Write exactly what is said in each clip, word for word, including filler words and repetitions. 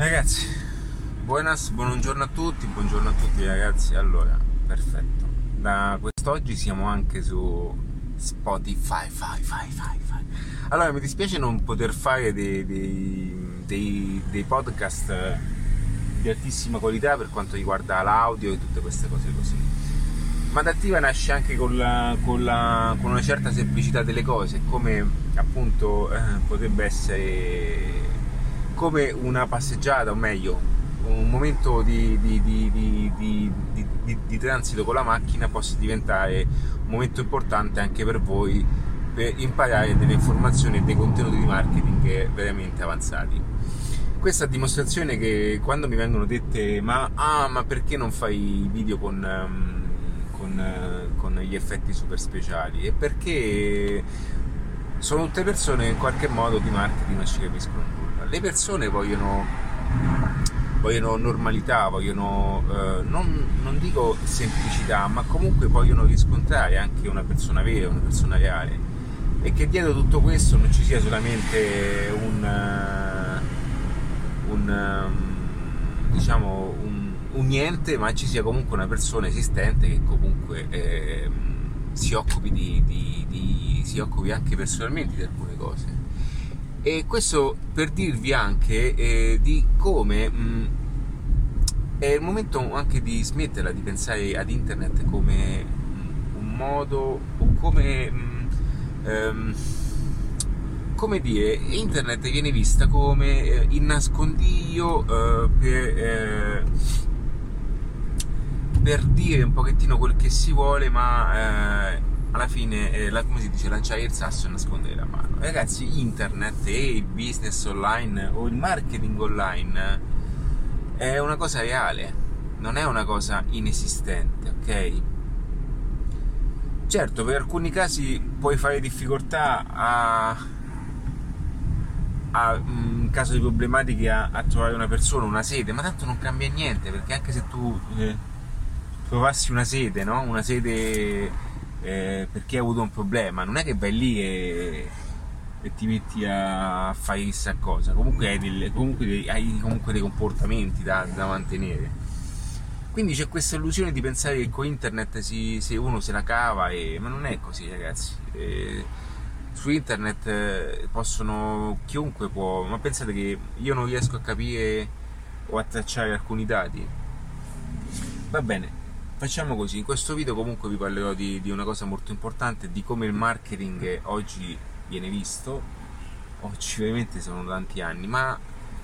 Ragazzi, buonas, buongiorno a tutti, buongiorno a tutti ragazzi. Allora, perfetto. Da quest'oggi siamo anche su Spotify. Fai, fai, fai, fai. Allora, mi dispiace non poter fare dei, dei, dei, dei podcast di altissima qualità per quanto riguarda l'audio e tutte queste cose così. Mandattiva nasce anche con, la, con, la, con una certa semplicità delle cose, come appunto eh, potrebbe essere come una passeggiata, o meglio, un momento di, di, di, di, di, di, di, di transito con la macchina possa diventare un momento importante anche per voi per imparare delle informazioni e dei contenuti di marketing veramente avanzati. Questa dimostrazione che quando mi vengono dette ma, ah, ma perché non fai video con, um, con, uh, con gli effetti super speciali? E perché sono tutte persone che in qualche modo di marketing non ci capiscono nulla. Le persone vogliono, vogliono normalità, vogliono, eh, non, non dico semplicità, ma comunque vogliono riscontrare anche una persona vera, una persona reale, e che dietro tutto questo non ci sia solamente un, un diciamo un, un niente, ma ci sia comunque una persona esistente che comunque eh, si occupi di, di, di si occupi anche personalmente di alcune cose. E questo per dirvi anche eh, di come mh, è il momento anche di smetterla di pensare ad internet come mh, un modo o come mh, ehm, come dire, internet viene vista come eh, il nascondiglio eh, per, eh, per dire un pochettino quel che si vuole, ma eh, alla fine, eh, la, come si dice, lanciare il sasso e nascondere la mano. Ragazzi, internet e il business online o il marketing online è una cosa reale, non è una cosa inesistente, ok? Certo, per alcuni casi puoi fare difficoltà a, a in caso di problematiche a, a trovare una persona, una sede, ma tanto non cambia niente, perché anche se tu eh, trovassi una sede, no? Una sede Eh, perché hai avuto un problema, non è che vai lì e, e ti metti a fare chissà cosa, comunque hai, delle, comunque hai comunque dei comportamenti da, da mantenere. Quindi c'è questa illusione di pensare che con internet si, se uno se la cava, e, ma non è così ragazzi. Eh, su internet eh, possono, chiunque può, ma pensate che io non riesco a capire o a tracciare alcuni dati? Va bene. Facciamo così, in questo video comunque vi parlerò di, di una cosa molto importante, di come il marketing oggi viene visto. Oggi veramente sono tanti anni, ma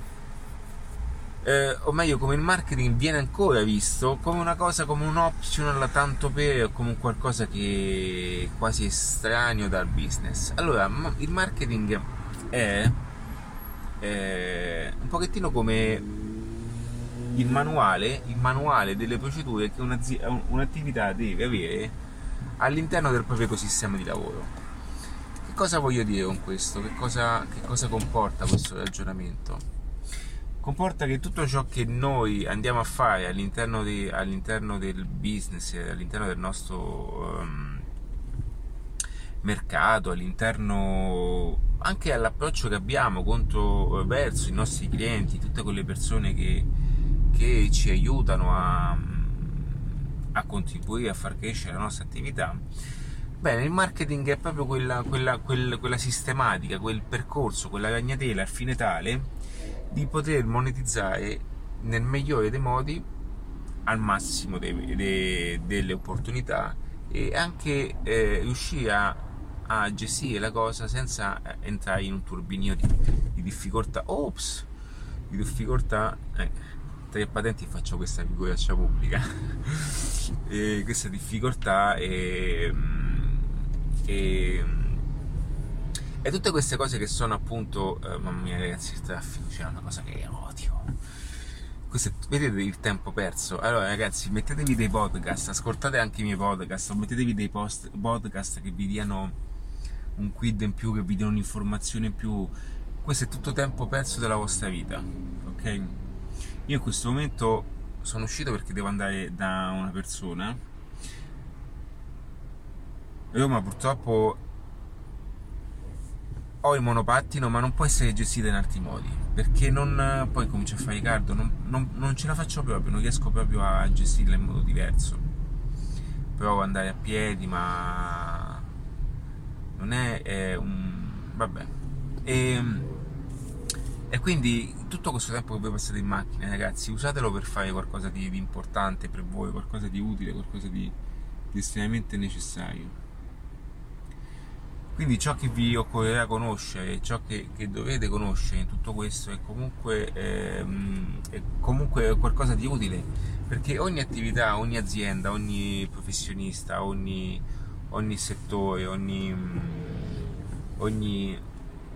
eh, o meglio come il marketing viene ancora visto come una cosa, come un optional tanto per, o come un qualcosa che è quasi estraneo dal business. Allora, il marketing è, è un pochettino come il manuale, il manuale delle procedure che un'attività deve avere all'interno del proprio ecosistema di lavoro. Che cosa voglio dire con questo? Che cosa, che cosa comporta questo ragionamento? Comporta che tutto ciò che noi andiamo a fare all'interno, di, all'interno del business, all'interno del nostro um, mercato, all'interno anche all'approccio che abbiamo contro, verso i nostri clienti, tutte quelle persone che che ci aiutano a, a contribuire a far crescere la nostra attività. Bene, il marketing è proprio quella, quella, quella, quella sistematica, quel percorso, quella ragnatela al fine tale di poter monetizzare nel migliore dei modi, al massimo dei, dei, delle opportunità, e anche eh, riuscire a, a gestire la cosa senza entrare in un turbinio di, di difficoltà. Ops! Di difficoltà. Eh. Tra i patenti faccio questa figuraccia pubblica e questa difficoltà e, e, e tutte queste cose che sono appunto eh, mamma mia ragazzi, il traffico c'è una cosa che odio. Questo, vedete il tempo perso? Allora ragazzi, mettetevi dei podcast, ascoltate anche i miei podcast, o mettetevi dei post, podcast che vi diano un quid in più, che vi diano un'informazione in più. Questo è tutto tempo perso della vostra vita, ok? Io in questo momento sono uscito perché devo andare da una persona. Roma purtroppo ho il monopattino, ma non può essere gestita in altri modi, perché non, poi comincio a fare ritardo, non, non, non ce la faccio proprio, non riesco proprio a gestirla in modo diverso. Provo ad andare a piedi, ma non è, è un... vabbè. E, e quindi tutto questo tempo che voi passate in macchina, ragazzi, usatelo per fare qualcosa di, di importante per voi, qualcosa di utile, qualcosa di, di estremamente necessario. Quindi ciò che vi occorrerà conoscere, ciò che, che dovete conoscere in tutto questo è comunque, ehm, è comunque qualcosa di utile, perché ogni attività, ogni azienda, ogni professionista, ogni, ogni settore, ogni, ogni,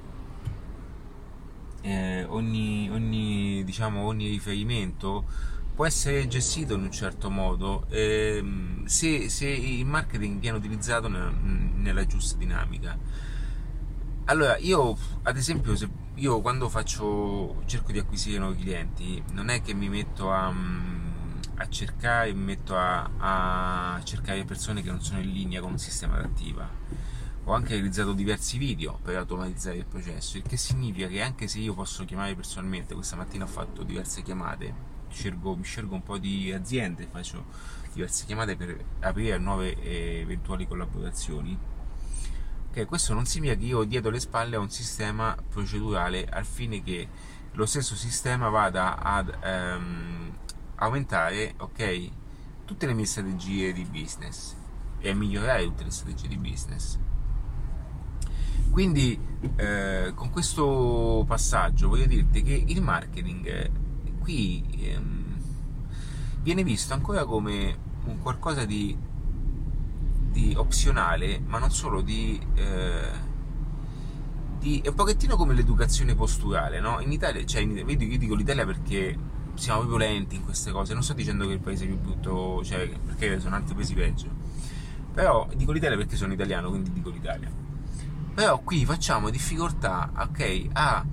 eh, ogni, ogni, diciamo, ogni riferimento può essere gestito in un certo modo, ehm, se, se il marketing viene utilizzato nella, nella giusta dinamica. Allora, io ad esempio, se io quando faccio cerco di acquisire nuovi clienti, non è che mi metto a, a cercare, mi metto a, a cercare persone che non sono in linea con un sistema d'attiva. Ho anche realizzato diversi video per automatizzare il processo, il che significa che anche se io posso chiamare personalmente, questa mattina ho fatto diverse chiamate, Scelgo, mi scelgo un po' di aziende, faccio diverse chiamate per aprire nuove e eventuali collaborazioni. Okay, questo non significa che io dietro le spalle ho un sistema procedurale al fine che lo stesso sistema vada ad ehm, aumentare, ok, tutte le mie strategie di business e a migliorare tutte le strategie di business. Quindi eh, con questo passaggio voglio dirti che il marketing qui ehm, viene visto ancora come un qualcosa di, di opzionale, ma non solo di, eh, di è un pochettino come l'educazione posturale, no? In Italia, cioè, in, io dico l'Italia perché siamo proprio lenti in queste cose, non sto dicendo che è il paese più brutto, cioè, perché sono altri paesi peggio, però dico l'Italia perché sono italiano, quindi dico l'Italia. Però qui facciamo difficoltà, ok, a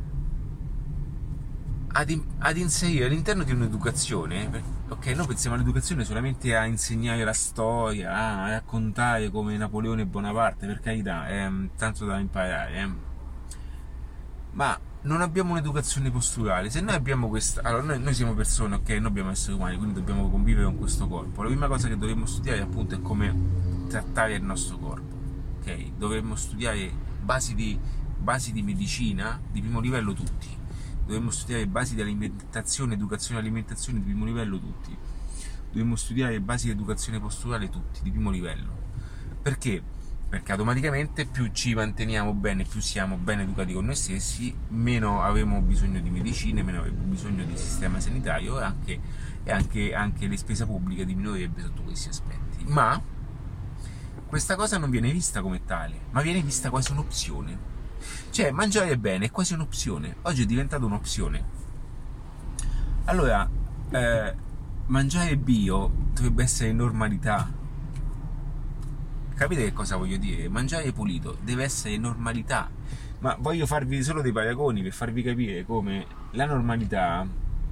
Ad, in, ad inserire all'interno di un'educazione, ok, noi pensiamo all'educazione solamente a insegnare la storia, a raccontare come Napoleone Bonaparte, per carità, è tanto da imparare, eh. Ma non abbiamo un'educazione posturale. Se noi abbiamo questa, allora noi, noi siamo persone, ok, noi dobbiamo essere umani, quindi dobbiamo convivere con questo corpo. La prima cosa che dovremmo studiare appunto è come trattare il nostro corpo, ok, dovremmo studiare basi di, basi di medicina di primo livello tutti. Dovremmo studiare basi di alimentazione, educazione e alimentazione di primo livello tutti. Dovremmo studiare basi di educazione posturale tutti, di primo livello. Perché? Perché automaticamente più ci manteniamo bene, più siamo ben educati con noi stessi, meno avremo bisogno di medicine, meno avremo bisogno di sistema sanitario e anche, e anche, anche le spese pubbliche diminuirebbe sotto questi aspetti. Ma questa cosa non viene vista come tale, ma viene vista quasi un'opzione. Cioè, mangiare bene è quasi un'opzione, oggi è diventata un'opzione. Allora, eh, mangiare bio dovrebbe essere normalità. Capite che cosa voglio dire? Mangiare pulito deve essere normalità. Ma voglio farvi solo dei paragoni per farvi capire come la normalità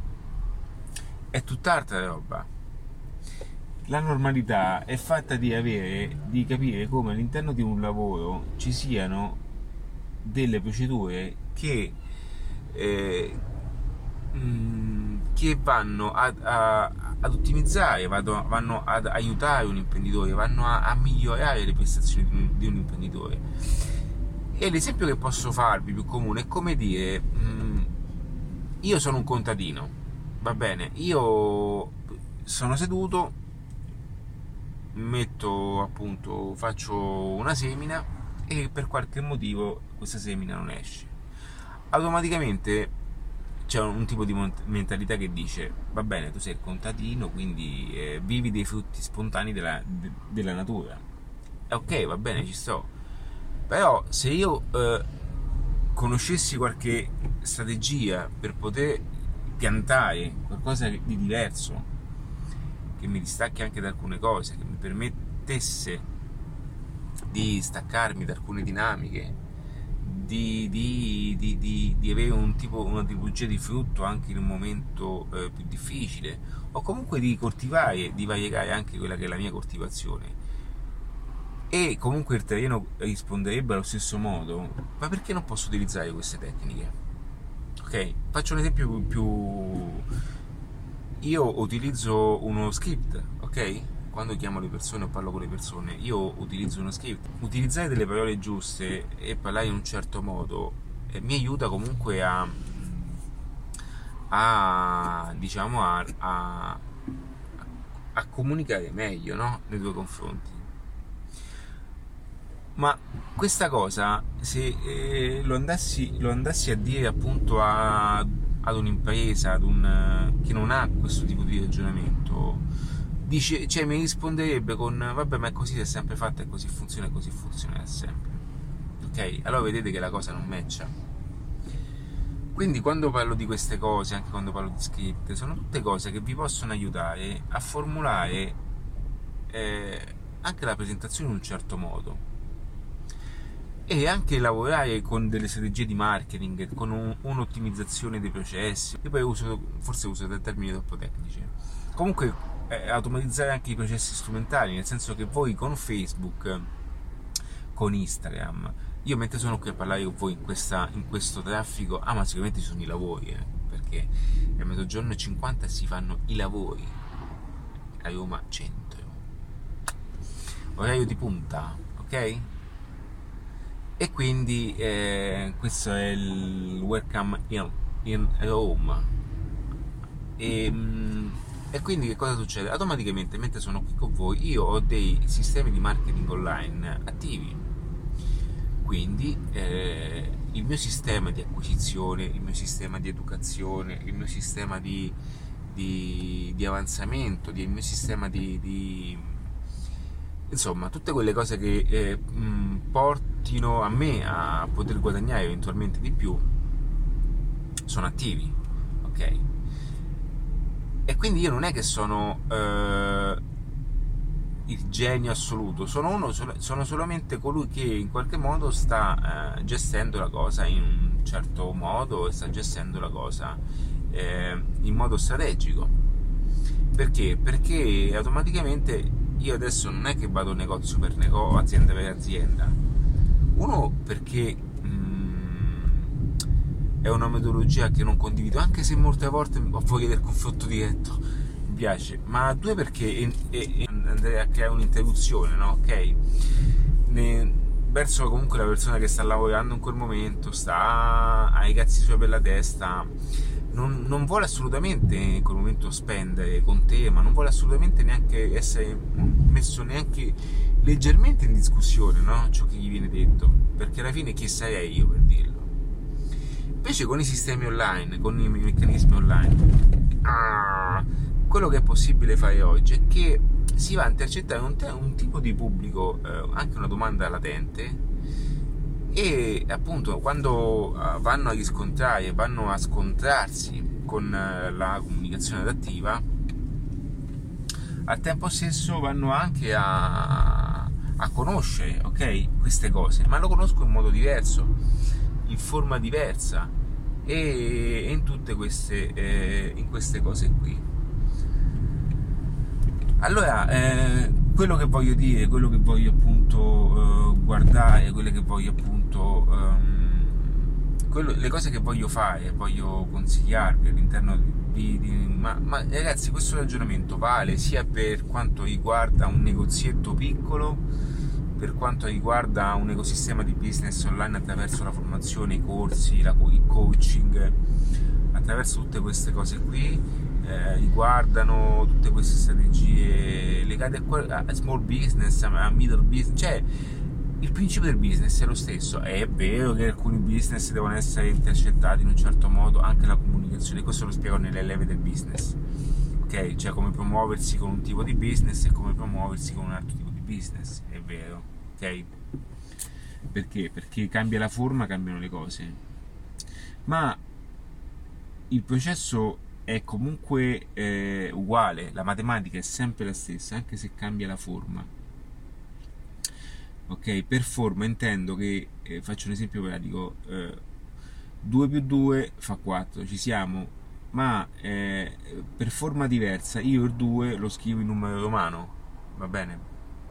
è tutt'altra roba. La normalità è fatta di avere, di capire come all'interno di un lavoro ci siano delle procedure che, eh, mh, che vanno ad, a, ad ottimizzare, vanno, vanno ad aiutare un imprenditore, vanno a, a migliorare le prestazioni di un, di un imprenditore. E l'esempio che posso farvi più comune è come dire, mh, io sono un contadino, va bene, io sono seduto, metto appunto, faccio una semina e per qualche motivo questa semina non esce. Automaticamente c'è un tipo di mentalità che dice: va bene, tu sei il contadino, quindi eh, vivi dei frutti spontanei della, de, della natura. E ok, va bene, ci sto. Però se io eh, conoscessi qualche strategia per poter piantare qualcosa di diverso, che mi distacchi anche da alcune cose, che mi permettesse di staccarmi da alcune dinamiche, di, di, di, di, di avere un tipo, una tipologia di frutto anche in un momento eh, più difficile, o comunque di coltivare, di variegare anche quella che è la mia coltivazione, e comunque il terreno risponderebbe allo stesso modo, ma perché non posso utilizzare queste tecniche? ok? Faccio un esempio più, più... io utilizzo uno script, ok? Quando chiamo le persone o parlo con le persone, io utilizzo uno script. Utilizzare delle parole giuste e parlare in un certo modo eh, mi aiuta comunque a, a diciamo a, a, a comunicare meglio, no? Nei tuoi confronti. Ma questa cosa, se eh, lo, andassi, lo andassi a dire appunto a, ad un'impresa, ad un, che non ha questo tipo di ragionamento, dice, cioè mi risponderebbe con vabbè, ma è così, si è sempre fatto, è così funziona, e così funzionerà sempre. Ok? Allora vedete che la cosa non matcha. Quindi quando parlo di queste cose, anche quando parlo di script, sono tutte cose che vi possono aiutare a formulare eh, anche la presentazione in un certo modo e anche lavorare con delle strategie di marketing, con un, un'ottimizzazione dei processi. Io poi uso, forse uso dei termini troppo tecnici. Comunque eh, automatizzare anche i processi strumentali, nel senso che voi con Facebook, con Instagram, io mentre sono qui a parlare con voi in, questa, in questo traffico, ah ma sicuramente ci sono i lavori, eh, perché a mezzogiorno e cinquanta si fanno i lavori a Roma centro, orario di punta, ok? E quindi eh, questo è il Welcome in, in Rome. E, e quindi che cosa succede? Automaticamente mentre sono qui con voi io ho dei sistemi di marketing online attivi. Quindi eh, il mio sistema di acquisizione, il mio sistema di educazione, il mio sistema di, di, di avanzamento, il mio sistema di, di insomma tutte quelle cose che eh, mh, portino a me a poter guadagnare eventualmente di più sono attivi, ok? E quindi io non è che sono eh, il genio assoluto, sono uno sono solamente colui che in qualche modo sta eh, gestendo la cosa in un certo modo e sta gestendo la cosa eh, in modo strategico. Perché? Perché automaticamente io adesso non è che vado negozio per negozio, azienda per azienda. Uno, perché mh, è una metodologia che non condivido, anche se molte volte ho voglia del confronto diretto, mi piace. Ma due, perché andrei a creare un'interruzione, no? Ok? Ne, verso comunque la persona che sta lavorando in quel momento, sta ai cazzi suoi per la testa, non, non vuole assolutamente in quel momento spendere con te, ma non vuole assolutamente neanche essere messo neanche leggermente in discussione, no? Ciò che gli viene detto, perché alla fine chi sarei io per dirlo? Invece con i sistemi online, con i meccanismi online, ah, quello che è possibile fare oggi è che si va a intercettare un, te- un tipo di pubblico, eh, anche una domanda latente, e appunto quando uh, vanno a riscontrare, vanno a scontrarsi con uh, la comunicazione adattiva, al tempo stesso vanno anche a, a conoscere, ok, queste cose, ma lo conosco in modo diverso, in forma diversa e in tutte queste, eh, in queste cose qui. Allora, eh, quello che voglio dire, quello che voglio appunto eh, guardare, quelle che voglio appunto ehm, quello, le cose che voglio fare, voglio consigliarvi all'interno di, di ma, ma ragazzi, questo ragionamento vale sia per quanto riguarda un negozietto piccolo, per quanto riguarda un ecosistema di business online attraverso la formazione, i corsi, la, il coaching, attraverso tutte queste cose qui. Eh, riguardano tutte queste strategie legate a, a small business, a middle business, cioè il principio del business è lo stesso. È vero che alcuni business devono essere intercettati in un certo modo, anche la comunicazione, questo lo spiego nelle leve del business, ok? Cioè come promuoversi con un tipo di business e come promuoversi con un altro tipo di business, è vero, ok? Perché? Perché cambia la forma, cambiano le cose, ma il processo è comunque eh, uguale, la matematica è sempre la stessa, anche se cambia la forma. Ok, per forma intendo che, eh, faccio un esempio pratico, eh, due più due fa quattro, ci siamo, ma eh, per forma diversa io il due lo scrivo in numero romano, va bene?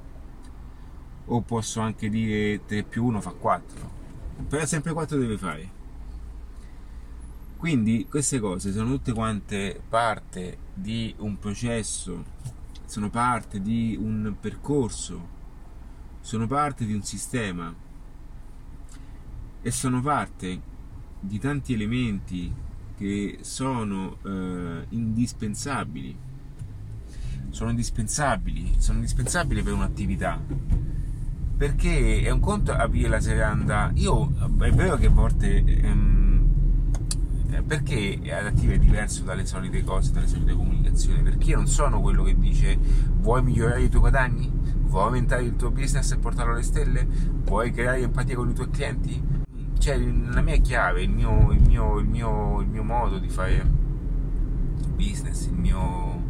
O posso anche dire tre più uno fa quattro, però sempre quattro deve fare. Quindi queste cose sono tutte quante parte di un processo, sono parte di un percorso, sono parte di un sistema e sono parte di tanti elementi che sono eh, indispensabili. Sono indispensabili, sono indispensabili per un'attività. Perché è un conto aprire la seranda. Io è vero che a volte ehm, perché adattiva è diverso dalle solite cose, dalle solite comunicazioni, perché io non sono quello che dice vuoi migliorare i tuoi guadagni, vuoi aumentare il tuo business e portarlo alle stelle, vuoi creare empatia con i tuoi clienti. Cioè la mia chiave, il mio, il mio, il mio, il mio modo di fare business, il mio,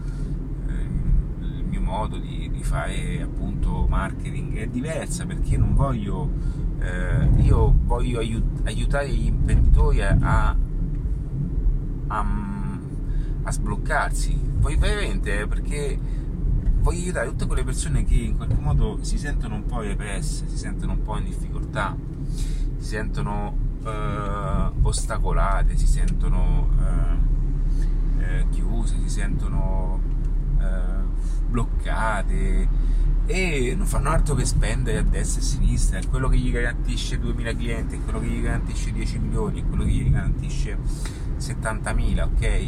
il mio modo di, di fare appunto marketing è diversa, perché io non voglio eh, io voglio aiut- aiutare gli imprenditori a, a, a sbloccarsi, poi veramente, perché voglio aiutare tutte quelle persone che in qualche modo si sentono un po' represse, si sentono un po' in difficoltà, si sentono eh, ostacolate, si sentono eh, eh, chiuse, si sentono eh, bloccate e non fanno altro che spendere a destra e a sinistra. È quello che gli garantisce duemila clienti, è quello che gli garantisce dieci milioni, è quello che gli garantisce settantamila, ok?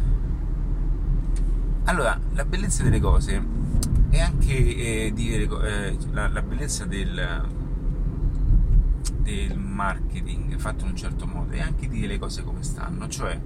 Allora, la bellezza delle cose è anche eh, dire eh, la, la bellezza del del marketing fatto in un certo modo e anche dire le cose come stanno, cioè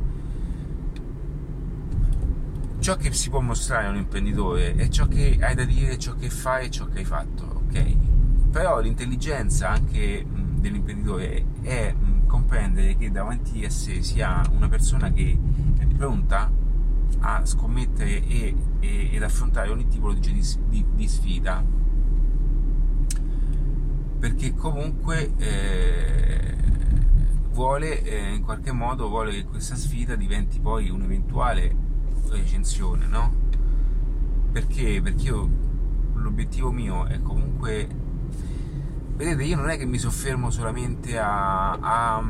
ciò che si può mostrare a un imprenditore è ciò che hai da dire, ciò che fai e ciò che hai fatto, ok? Però l'intelligenza anche mh, dell'imprenditore è mh, comprendere che davanti a sé si ha una persona che è pronta a scommettere e, e, ed affrontare ogni tipo di, di, di sfida, perché comunque eh, vuole eh, in qualche modo vuole che questa sfida diventi poi un'eventuale recensione, no? Perché? Perché io, l'obiettivo mio è comunque, vedete, io non è che mi soffermo solamente a a,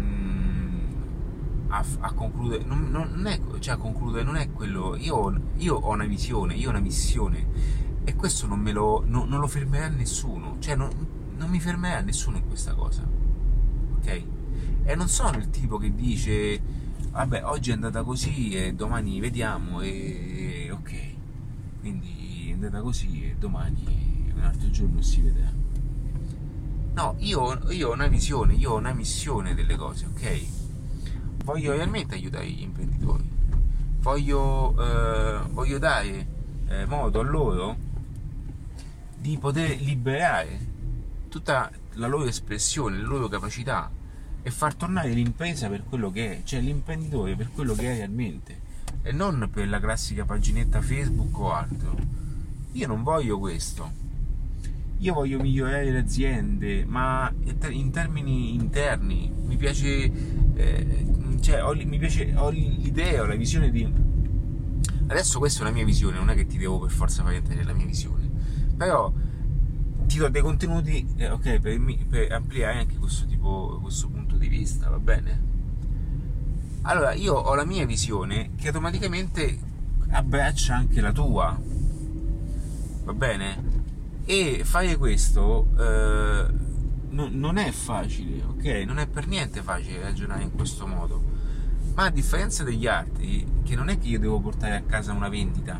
a, a concludere, non, non è, cioè a concludere non è quello, io, io ho una visione, io ho una missione e questo non me lo, no, non lo fermerà nessuno, cioè non, non mi fermerà nessuno in questa cosa, ok? E non sono il tipo che dice vabbè oggi è andata così e domani vediamo e ok, quindi è andata così e domani un altro giorno si vedrà. No, io, io ho una visione, io ho una missione delle cose, ok? Voglio realmente aiutare gli imprenditori, voglio, eh, voglio dare eh, modo a loro di poter liberare tutta la loro espressione, le loro capacità e far tornare l'impresa per quello che è, cioè l'imprenditore per quello che è realmente e non per la classica paginetta Facebook o altro. Io non voglio questo, io voglio migliorare le aziende, ma in termini interni. Mi piace, eh, cioè ho, mi piace, ho l'idea, ho la visione di adesso questa è una mia visione, non è che ti devo per forza far entrare la mia visione, però ti do dei contenuti eh, ok, per, per ampliare anche questo tipo, questo punto di vista, va bene? Allora io ho la mia visione che automaticamente abbraccia anche la tua, va bene? E fare questo eh, no, non è facile, ok? Non è per niente facile ragionare in questo modo, ma a differenza degli altri, che non è che io devo portare a casa una vendita,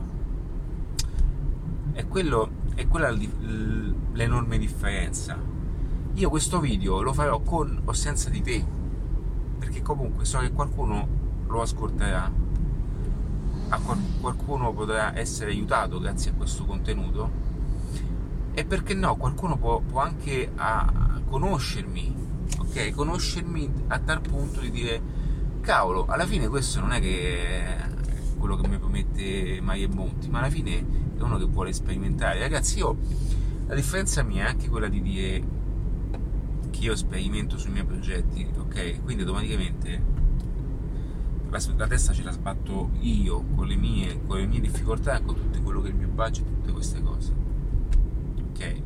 è quello è quella l'enorme differenza. Io questo video lo farò con o senza di te, perché comunque so che qualcuno lo ascolterà, a qualcuno potrà essere aiutato grazie a questo contenuto e perché no, qualcuno può, può anche a conoscermi, ok? Conoscermi a tal punto di dire cavolo, alla fine questo non è che è quello che mi promette Mari e Monti, ma alla fine è uno che vuole sperimentare. Ragazzi, io la differenza mia è anche quella di dire che io sperimento sui miei progetti, ok? Quindi automaticamente la, la testa ce la sbatto io con le mie, con le mie difficoltà, con tutto quello che è il mio budget, tutte queste cose, ok?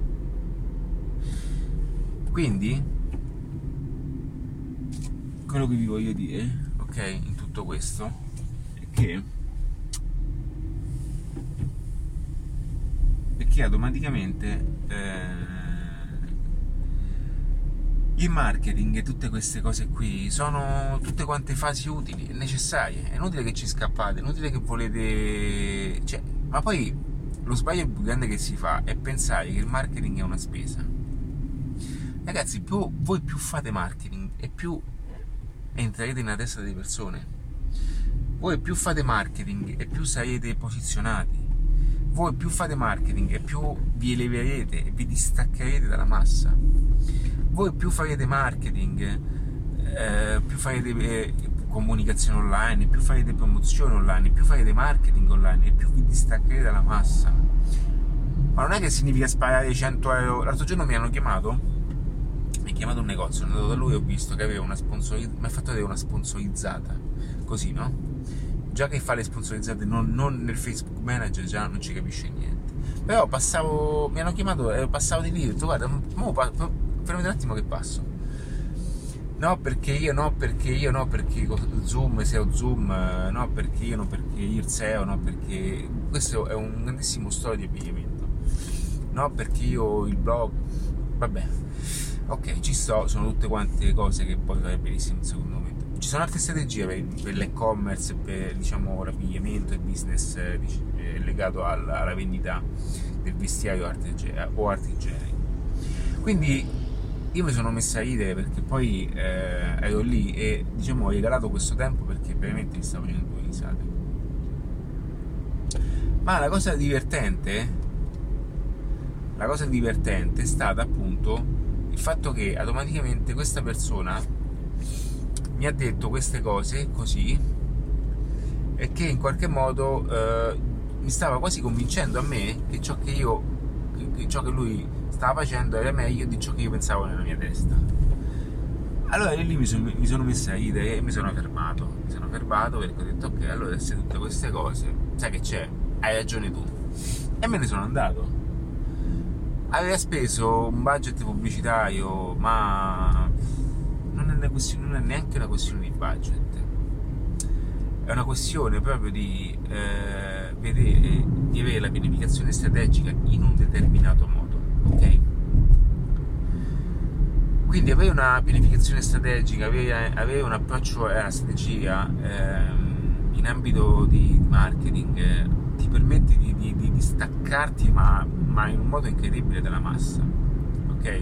Quindi quello che vi voglio dire, ok, ok, in tutto questo è che perché automaticamente eh, il marketing e tutte queste cose qui sono tutte quante fasi utili e necessarie. È inutile che ci scappate, è inutile che volete, cioè, ma poi lo sbaglio più grande che si fa è pensare che il marketing è una spesa. Ragazzi, più voi più fate marketing e più entrerete nella testa delle persone. Voi più fate marketing e più sarete posizionati. Voi più fate marketing e più vi eleverete e vi distaccherete dalla massa. Voi più farete marketing, eh, più farete eh, comunicazione online, più farete promozione online, più farete marketing online e più vi distaccherete dalla massa. Ma non è che significa sparare cento euro. L'altro giorno mi hanno chiamato, mi ha chiamato un negozio, sono andato da lui e ho visto che aveva una sponsorizzata, mi ha fatto vedere una sponsorizzata, così, no? Già che fa le sponsorizzate non, non nel Facebook Manager, già non ci capisce niente. Però passavo, mi hanno chiamato e passavo di lì, ho detto guarda, mo, fermate un attimo che passo. No perché io, no perché io, no perché Zoom, se ho Zoom, no perché io, no perché io il S E O, no perché... Questo è un grandissimo storia di abbigliamento. No perché io il blog, vabbè. Ok, ci sto, sono tutte quante cose che poi fai benissimo in un secondo momento. Ci sono altre strategie per, per l'e-commerce, per diciamo l'abbigliamento e il business eh, legato alla, alla vendita del vestiario arte, o artigiani. Quindi io mi sono messa a ridere perché poi eh, ero lì e diciamo ho regalato questo tempo perché veramente mi stavo facendo due risate. Ma la cosa divertente, la cosa divertente è stata appunto il fatto che automaticamente questa persona mi ha detto queste cose così e che in qualche modo eh, mi stava quasi convincendo a me che ciò che io che ciò che lui stava facendo era meglio di ciò che io pensavo nella mia testa. Allora io lì mi sono, mi sono messa a ridere e mi sono fermato mi sono fermato perché ho detto ok, allora se tutte queste cose sai che c'è, hai ragione tu, e me ne sono andato. Aveva speso un budget pubblicitario, ma non è, una questione, non è neanche una questione di budget, è una questione proprio di eh, vedere, di avere la pianificazione strategica in un determinato modo, ok? Quindi avere una pianificazione strategica, avere, avere un approccio alla strategia ehm, in ambito di marketing eh, ti permette di, di, di, di staccarti ma, ma in un modo incredibile dalla massa, ok?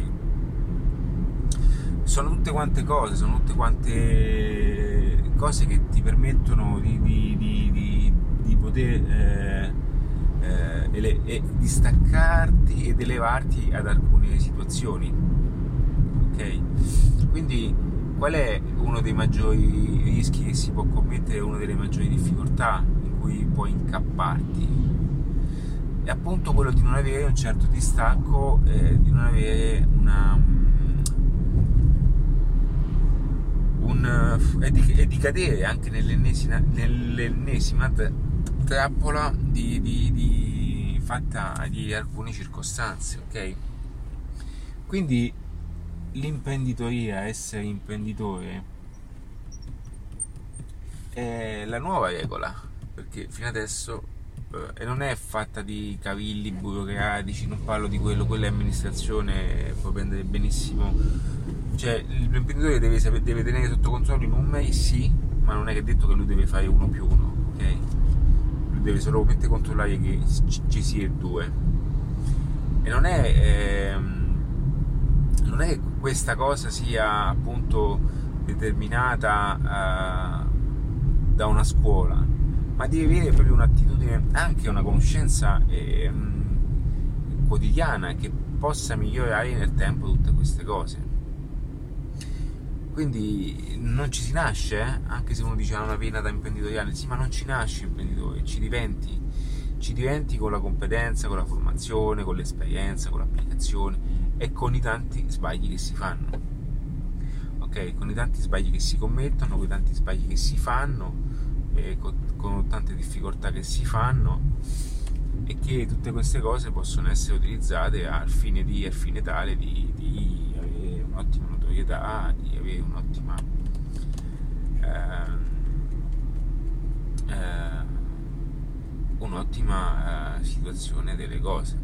Sono tutte quante cose, sono tutte quante cose che ti permettono di, di, di, di, di poter eh, eh, ele- e distaccarti ed elevarti ad alcune situazioni, ok? Quindi qual è uno dei maggiori rischi che si può commettere, una delle maggiori difficoltà in cui puoi incapparti? È appunto quello di non avere un certo distacco, eh, di non avere una un, e, di, e di cadere anche nell'ennesima, nell'ennesima trappola di, di, di fatta di alcune circostanze, ok? Quindi l'imprenditoria, essere imprenditore è la nuova regola, perché fino adesso eh, e non è fatta di cavilli burocratici, non parlo di quello, quella è amministrazione, puoi prendere benissimo, cioè l'imprenditore deve, sapere, deve tenere sotto controllo i numeri, sì, ma non è che è detto che lui deve fare uno più uno, ok? Lui deve solamente controllare che ci sia il due, e non è ehm, non è che questa cosa sia appunto determinata uh, da una scuola, ma devi avere proprio un'attitudine, anche una conoscenza eh, quotidiana che possa migliorare nel tempo tutte queste cose. Quindi non ci si nasce, eh? Anche se uno dice ha una vena da imprenditoriale, sì, ma non ci nasci imprenditore, ci diventi, ci diventi con la competenza, con la formazione, con l'esperienza, con l'applicazione e con i tanti sbagli che si fanno, ok? Con i tanti sbagli che si commettono, con i tanti sbagli che si fanno, e con, con tante difficoltà che si fanno, e che tutte queste cose possono essere utilizzate al fine di, al fine tale di, di avere un'ottima notorietà, di avere un'ottima eh, un'ottima eh, situazione delle cose.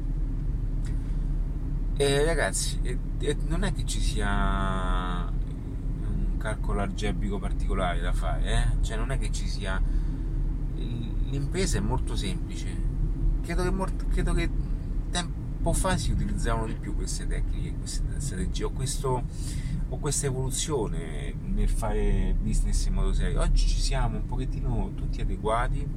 E ragazzi, e, e non è che ci sia un calcolo algebrico particolare da fare, eh? Cioè non è che ci sia, l'impresa è molto semplice. Credo che, molto, credo che tempo fa si utilizzavano di più queste tecniche, queste strategie, o, questo, o questa evoluzione nel fare business in modo serio. Oggi ci siamo un pochettino tutti adeguati,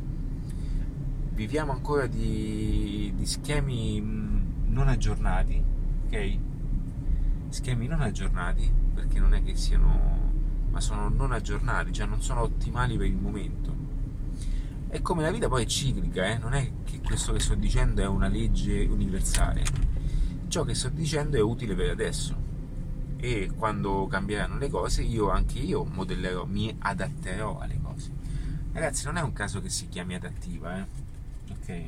viviamo ancora di, di schemi non aggiornati, ok? Schemi non aggiornati, perché non è che siano, ma sono non aggiornati, cioè non sono ottimali per il momento. E come la vita poi è ciclica, eh? Non è che questo che sto dicendo è una legge universale. Ciò che sto dicendo è utile per adesso. E quando cambieranno le cose, io anche io modellerò, mi adatterò alle cose. Ragazzi, non è un caso che si chiami adattiva, eh? Ok?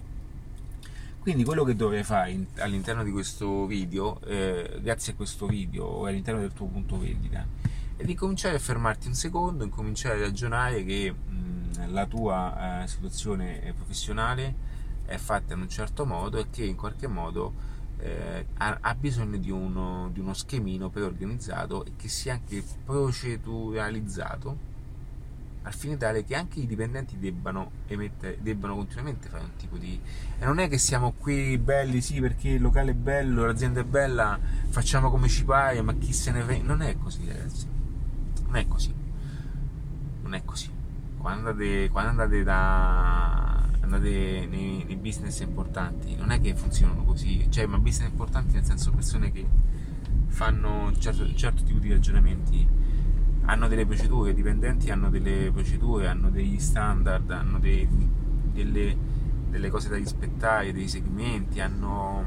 Quindi quello che dovrei fare in, all'interno di questo video, eh, grazie a questo video o all'interno del tuo punto vendita, è di cominciare a fermarti un secondo, e cominciare a ragionare che mh, la tua eh, situazione professionale è fatta in un certo modo e che in qualche modo eh, ha, ha bisogno di uno, di uno schemino preorganizzato e che sia anche proceduralizzato, al fine tale che anche i dipendenti debbano emettere, debbano continuamente fare un tipo di... E non è che siamo qui belli, sì, perché il locale è bello, l'azienda è bella, facciamo come ci pare, ma chi se ne frega. Non è così, ragazzi. Non è così. Non è così. Quando andate, quando andate da... andate nei, nei business importanti, non è che funzionano così. Cioè, ma business importanti nel senso persone che fanno un certo, un certo tipo di ragionamenti, hanno delle procedure, i dipendenti hanno delle procedure, hanno degli standard, hanno dei, delle, delle cose da rispettare, dei segmenti, hanno,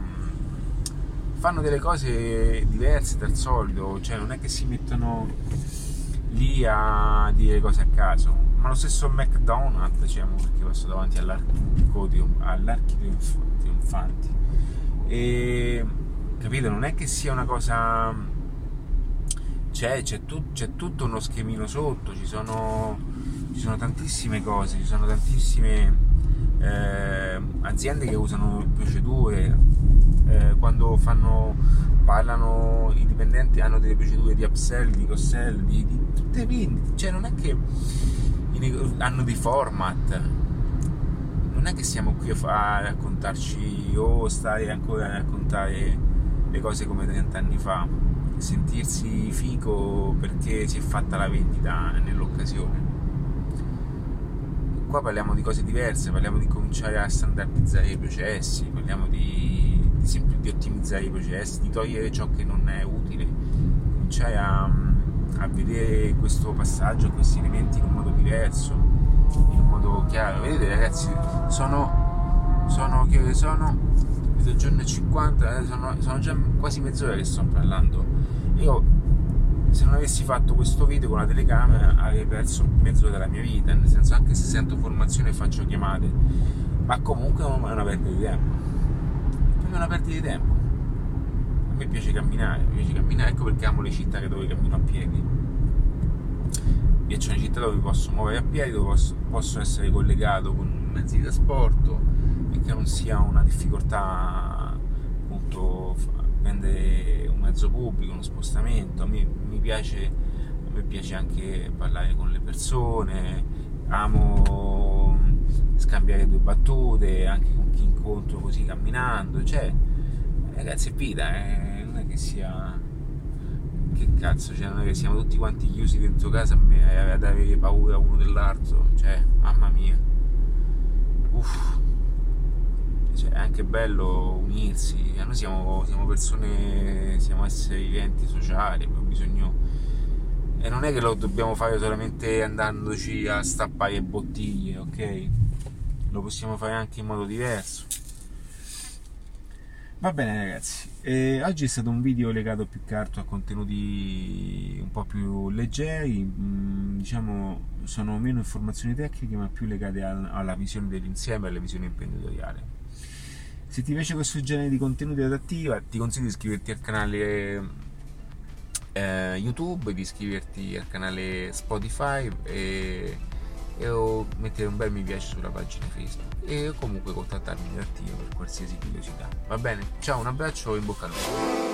fanno delle cose diverse dal solito, cioè non è che si mettono lì a dire cose a caso. Ma lo stesso McDonald's, diciamo, perché passo davanti all'arco all'archi trionfanti, e capito, non è che sia una cosa... C'è, c'è, tu, c'è tutto uno schemino sotto, ci sono, ci sono tantissime cose, ci sono tantissime eh, aziende che usano procedure, eh, quando fanno, parlano i dipendenti hanno delle procedure di upsell, di cross-sell, di, di tutte vendite, cioè non è che hanno dei format, non è che siamo qui a, fa, a raccontarci o stare ancora a raccontare le cose come trenta anni fa, sentirsi fico perché si è fatta la vendita nell'occasione. Qua parliamo di cose diverse, parliamo di cominciare a standardizzare i processi, parliamo di, di, di ottimizzare i processi, di togliere ciò che non è utile, cominciare a, a vedere questo passaggio, questi elementi in un modo diverso, in un modo chiaro. Vedete ragazzi, sono, sono che ore sono? Mezzogiorno e cinquanta, sono, sono già quasi mezz'ora che sto parlando. Io, se non avessi fatto questo video con la telecamera, avrei perso mezz'ora della mia vita, nel senso, anche se sento formazione e faccio chiamate, ma comunque non è una perdita di tempo. Non è una perdita di tempo. A me piace camminare, mi piace camminare, ecco perché amo le città che dove cammino a piedi. Mi piacciono le città dove mi posso muovere a piedi, dove posso, posso essere collegato con mezzi di trasporto e che non sia una difficoltà, appunto, prendere un mezzo pubblico, uno spostamento. A me, mi piace, a me piace anche parlare con le persone, amo scambiare due battute anche con chi incontro così camminando, cioè ragazzi è vita, eh? Non è che sia, che cazzo, cioè non è che siamo tutti quanti chiusi dentro casa ad avere paura uno dell'altro, cioè mamma mia, uff. Cioè, è anche bello unirsi, noi siamo, siamo persone, siamo esseri viventi sociali, abbiamo bisogno, e non è che lo dobbiamo fare solamente andandoci a stappare bottiglie, ok? Lo possiamo fare anche in modo diverso. Va bene ragazzi, e oggi è stato un video legato più che altro a contenuti un po' più leggeri, mh, diciamo sono meno informazioni tecniche ma più legate al, alla visione dell'insieme e alla visione imprenditoriale. Se ti piace questo genere di contenuti adattiva, ti consiglio di iscriverti al canale eh, YouTube, di iscriverti al canale Spotify e, e mettere un bel mi piace sulla pagina Facebook e comunque contattarmi in attivo per qualsiasi curiosità. Va bene? Ciao, un abbraccio e in bocca al lupo.